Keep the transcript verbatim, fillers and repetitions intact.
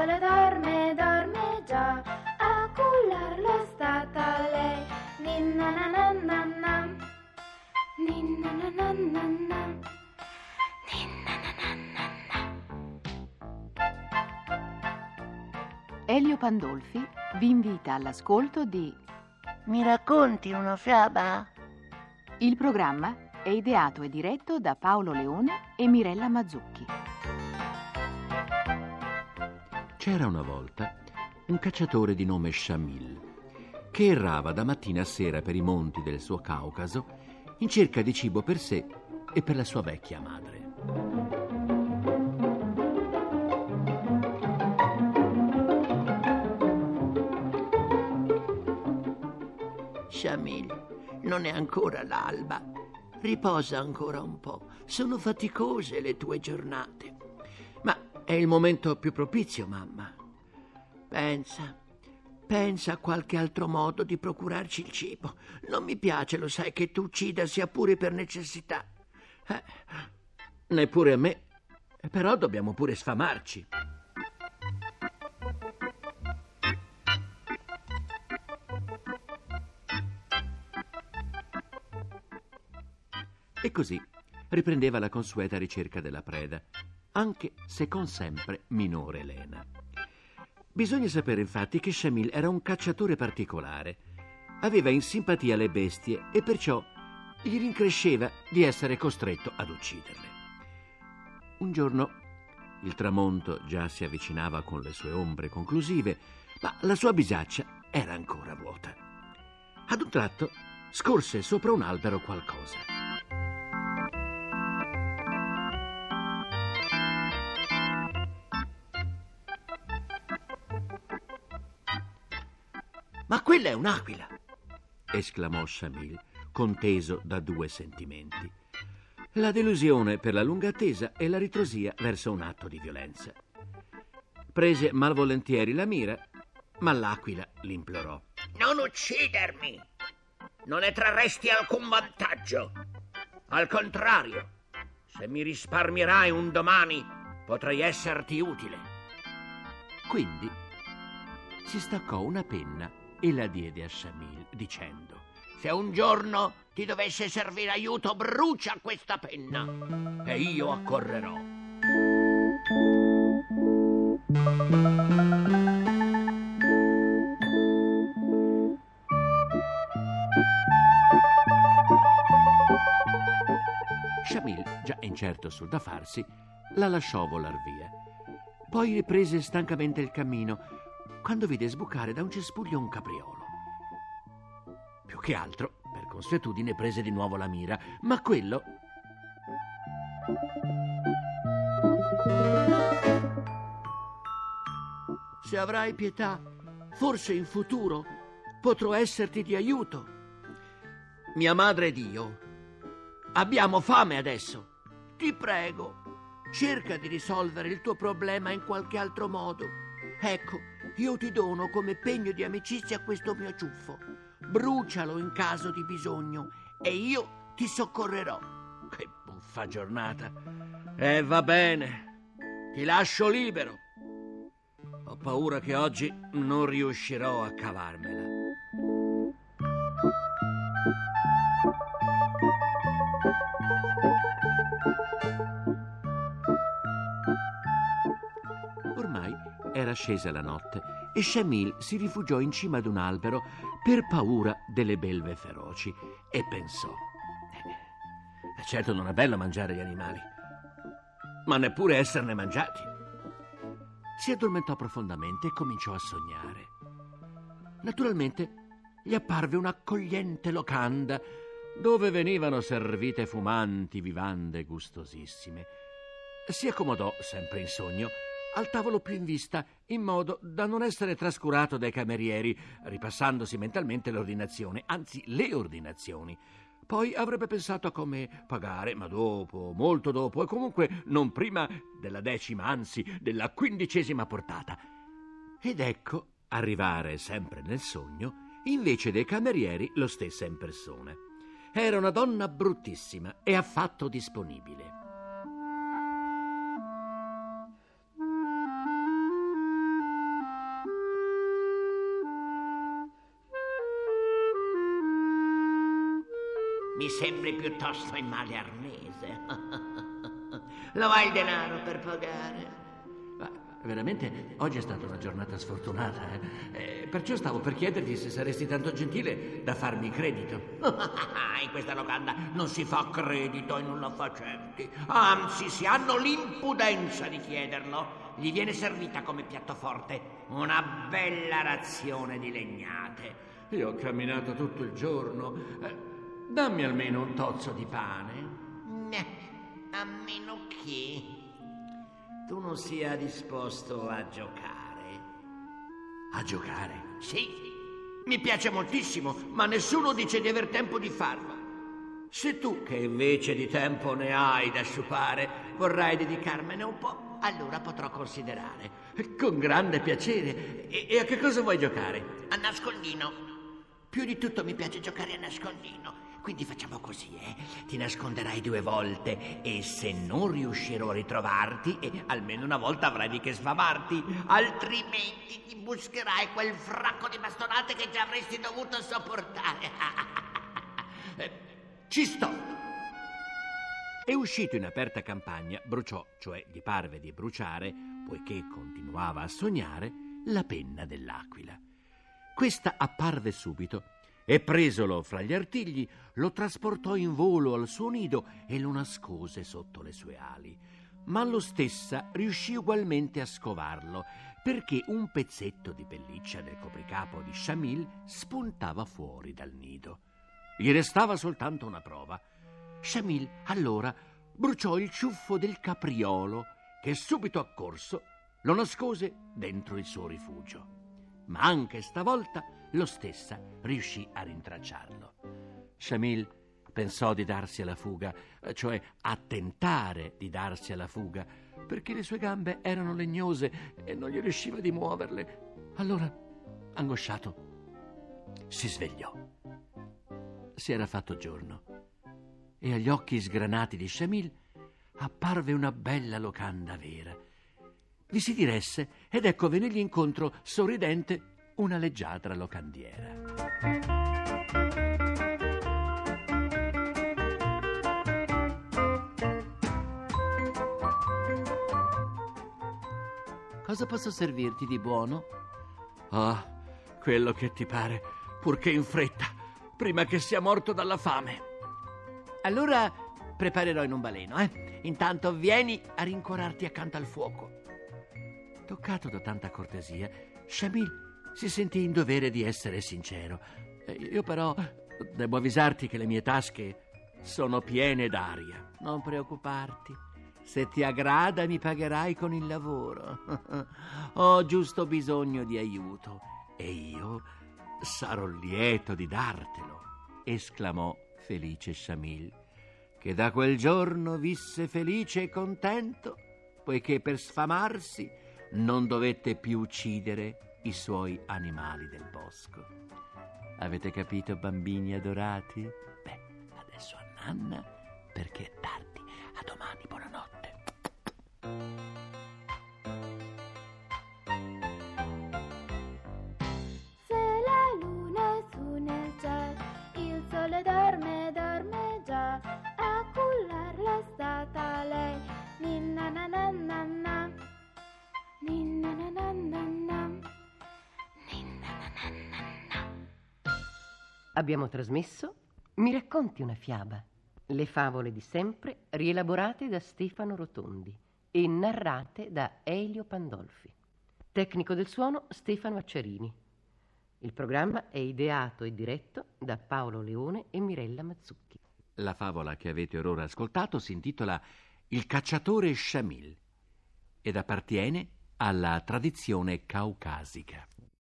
sole dorme, dorme già, a cullarlo è stata lei. Ninna na na na na, ninna na na na na, ninna na na na na. Elio Pandolfi vi invita all'ascolto di Mi racconti una fiaba? Il programma è ideato e diretto da Paolo Leone e Mirella Mazzucchi. C'era una volta un cacciatore di nome Shamil che errava da mattina a sera per i monti del suo Caucaso in cerca di cibo per sé e per la sua vecchia madre. Shamil, non è ancora l'alba. Riposa ancora un po'. Sono faticose le tue giornate. Ma è il momento più propizio, mamma. Pensa, pensa a qualche altro modo di procurarci il cibo. Non mi piace, lo sai, che tu uccida sia pure per necessità. Eh, neppure a me. Però dobbiamo pure sfamarci. E così riprendeva la consueta ricerca della preda, anche se con sempre minore lena. Bisogna sapere infatti che Shamil era un cacciatore particolare. Aveva in simpatia le bestie e perciò gli rincresceva di essere costretto ad ucciderle. Un giorno il tramonto già si avvicinava con le sue ombre conclusive, ma la sua bisaccia era ancora vuota. Ad un tratto scorse sopra un albero qualcosa. Ma quella è un'aquila! Esclamò Shamil, conteso da due sentimenti: la delusione per la lunga attesa e la ritrosia verso un atto di violenza. Prese malvolentieri la mira, ma l'aquila l'implorò: non uccidermi! Non ne trarresti alcun vantaggio. Al contrario, se mi risparmierai un domani, potrei esserti utile. Quindi si staccò una penna e la diede a Shamil, dicendo: se un giorno ti dovesse servire aiuto, brucia questa penna e io accorrerò. Shamil, già incerto sul da farsi, la lasciò volar via. Poi riprese stancamente il cammino quando vide sbucare da un cespuglio un capriolo. Più che altro, per consuetudine, prese di nuovo la mira, ma quello... Se avrai pietà, forse in futuro potrò esserti di aiuto. Mia madre ed io abbiamo fame adesso. Ti prego, cerca di risolvere il tuo problema in qualche altro modo. Ecco, io ti dono come pegno di amicizia questo mio ciuffo. Brucialo in caso di bisogno e io ti soccorrerò. Che buffa giornata. E eh, va bene, ti lascio libero. Ho paura che oggi non riuscirò a cavarmela. Ormai era scesa la notte e Shamil si rifugiò in cima ad un albero per paura delle belve feroci e pensò: eh, certo non è bello mangiare gli animali, ma neppure esserne mangiati. Si addormentò profondamente e cominciò a sognare. Naturalmente gli apparve un'accogliente locanda dove venivano servite fumanti vivande gustosissime. Si accomodò, sempre in sogno, al tavolo più in vista, in modo da non essere trascurato dai camerieri, ripassandosi mentalmente l'ordinazione, anzi le ordinazioni. Poi avrebbe pensato a come pagare, ma dopo, molto dopo, e comunque non prima della decima, anzi della quindicesima portata. Ed ecco arrivare, sempre nel sogno, invece dei camerieri, lo stessa in persona. Era una donna bruttissima e affatto disponibile. Mi sembri piuttosto in male arnese. Lo hai il denaro per pagare? Ma veramente oggi è stata una giornata sfortunata, eh? Eh, perciò stavo per chiederti se saresti tanto gentile da farmi credito. In questa locanda non si fa credito ai nulla facenti. Anzi, si hanno l'impudenza di chiederlo. Gli viene servita come piatto forte una bella razione di legnate. Io ho camminato tutto il giorno. Eh, dammi almeno un tozzo di pane. A meno che tu non sia disposto a giocare. A giocare? Sì, mi piace moltissimo, ma nessuno dice di aver tempo di farlo. Se tu, che invece di tempo ne hai da sciupare, vorrai dedicarmene un po', allora potrò considerare. Con grande piacere. E, e a che cosa vuoi giocare? A nascondino. Più di tutto mi piace giocare a nascondino. Quindi facciamo così, eh? Ti nasconderai due volte e se non riuscirò a ritrovarti, eh, almeno una volta avrai di che sfamarti. Altrimenti ti buscherai quel fracco di bastonate che già avresti dovuto sopportare. eh, ci sto. E uscito in aperta campagna, bruciò, cioè gli parve di bruciare, poiché continuava a sognare, la penna dell'aquila. Questa apparve subito e presolo fra gli artigli lo trasportò in volo al suo nido e lo nascose sotto le sue ali. Ma lo stessa riuscì ugualmente a scovarlo, perché un pezzetto di pelliccia del copricapo di Shamil spuntava fuori dal nido. Gli restava soltanto una prova. Shamil allora bruciò il ciuffo del capriolo, che subito accorso lo nascose dentro il suo rifugio. Ma anche stavolta lo stessa riuscì a rintracciarlo. Shamil pensò di darsi alla fuga, cioè a tentare di darsi alla fuga, perché le sue gambe erano legnose e non gli riusciva di muoverle. Allora, angosciato, si svegliò. Si era fatto giorno e agli occhi sgranati di Shamil apparve una bella locanda vera. Vi si diresse ed ecco venirgli incontro, sorridente, una leggiadra locandiera. Cosa posso servirti di buono? Ah, quello che ti pare, purché in fretta, prima che sia morto dalla fame. Allora preparerò in un baleno, eh? Intanto vieni a rincuorarti accanto al fuoco. Toccato da tanta cortesia, Shamil si sentì in dovere di essere sincero. Io però devo avvisarti che le mie tasche sono piene d'aria. Non preoccuparti. Se ti aggrada mi pagherai con il lavoro. Ho giusto bisogno di aiuto e io sarò lieto di dartelo, esclamò felice Shamil, che da quel giorno visse felice e contento, poiché per sfamarsi non dovette più uccidere i suoi animali del bosco. Avete capito, bambini adorati? Beh, adesso a nanna, perché è tardi. A domani, buonanotte. Se la luna è su nel cielo, il sole dorme, dorme già, a cullarla è stata lei. Ninna na na na na, ninna na na na na, ninna na na na na. Abbiamo trasmesso Mi racconti una fiaba, le favole di sempre rielaborate da Stefano Rotondi e narrate da Elio Pandolfi. Tecnico del suono Stefano Acciarini. Il programma è ideato e diretto da Paolo Leone e Mirella Mazzucchi. La favola che avete or ora ascoltato si intitola Il cacciatore Shamil ed appartiene alla tradizione caucasica.